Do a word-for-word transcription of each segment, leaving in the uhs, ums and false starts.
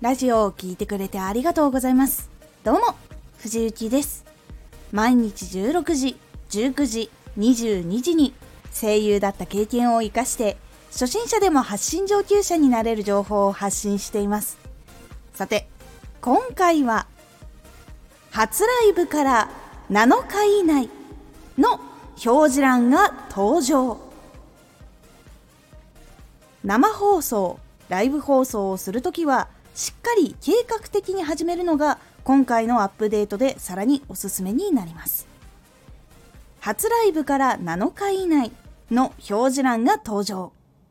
ラジオを聞いてくれてありがとうございます。どうも藤幸です。毎日じゅうろくじ、じゅうくじ、にじゅうにじに声優だった経験を生かして初心者でも発信上級者になれる情報を発信しています。さて今回は初ライブからなのか以内の表示欄が登場。生放送、ライブ放送をするときはしっかり計画的に始めるのが今回のアップデートでさらにおすすめになります。初ライブからなのか以内の表示欄が登場。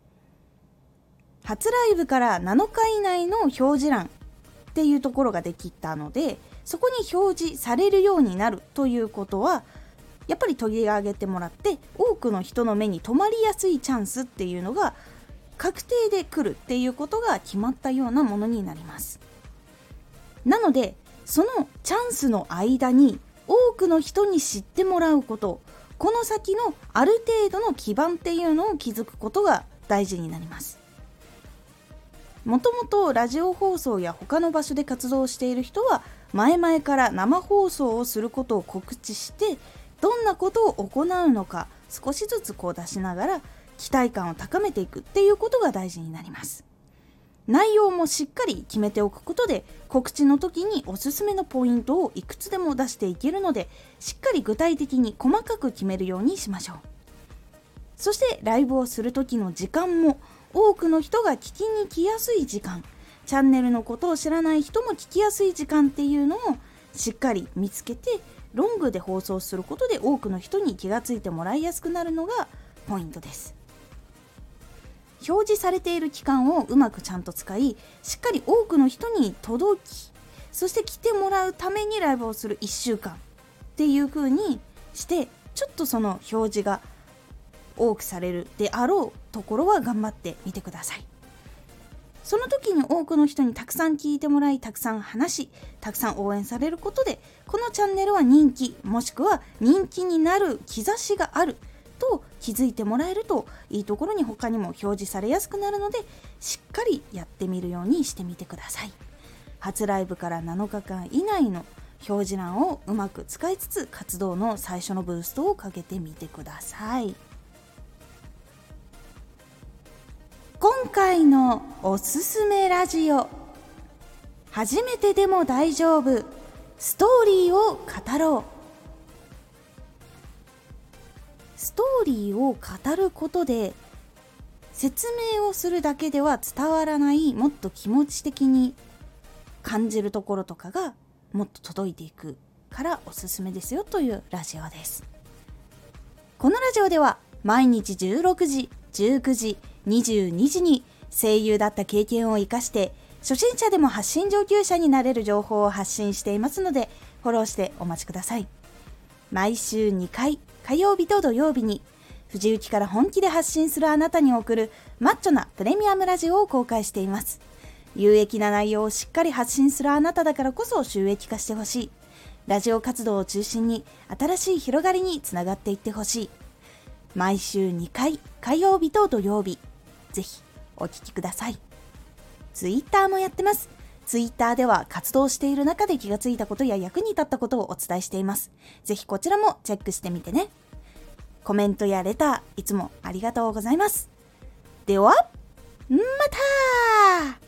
初ライブからなのか以内の表示欄っていうところができたので、そこに表示されるようになるということはやっぱり取り上げてもらって多くの人の目に留まりやすいチャンスっていうのが確定で来るっていうことが決まったようなものになります。なのでそのチャンスの間に多くの人に知ってもらうこと、この先のある程度の基盤っていうのを築くことが大事になります。もともとラジオ放送や他の場所で活動している人は前々から生放送をすることを告知してどんなことを行うのか少しずつこう出しながら期待感を高めていくっていうことが大事になります。内容もしっかり決めておくことで告知の時におすすめのポイントをいくつでも出していけるので、しっかり具体的に細かく決めるようにしましょう。そしてライブをする時の時間も多くの人が聞きに来やすい時間、チャンネルのことを知らない人も聞きやすい時間っていうのをしっかり見つけてロングで放送することで多くの人に気がついてもらいやすくなるのがポイントです。表示されている期間をうまくちゃんと使い、しっかり多くの人に届き、そして来てもらうためにライブをするいっしゅうかんっていう風にして、ちょっとその表示が多くされるであろうところは頑張ってみてください。その時に多くの人にたくさん聞いてもらい、たくさん話し、たくさん応援されることでこのチャンネルは人気、もしくは人気になる兆しがあると気づいてもらえると、いいところに他にも表示されやすくなるので、しっかりやってみるようにしてみてください。初ライブからなのかかん以内の表示欄をうまく使いつつ活動の最初のブーストをかけてみてください。今回のおすすめラジオ、初めてでも大丈夫、ストーリーを語ろう。ストーリーを語ることで説明をするだけでは伝わらない、もっと気持ち的に感じるところとかがもっと届いていくからおすすめですよというラジオです。このラジオでは毎日じゅうろくじ、じゅうくじ、にじゅうにじに声優だった経験を生かして初心者でも発信上級者になれる情報を発信していますので、フォローしてお待ちください。毎週にかい、火曜日と土曜日に藤幸から本気で発信するあなたに送るマッチョなプレミアムラジオを公開しています。有益な内容をしっかり発信するあなただからこそ収益化してほしい。ラジオ活動を中心に新しい広がりにつながっていってほしい。毎週にかい、火曜日と土曜日、ぜひお聞きください。ツイッターもやってます。ツイッターでは活動している中で気がついたことや役に立ったことをお伝えしています。ぜひこちらもチェックしてみてね。コメントやレターいつもありがとうございます。ではまた。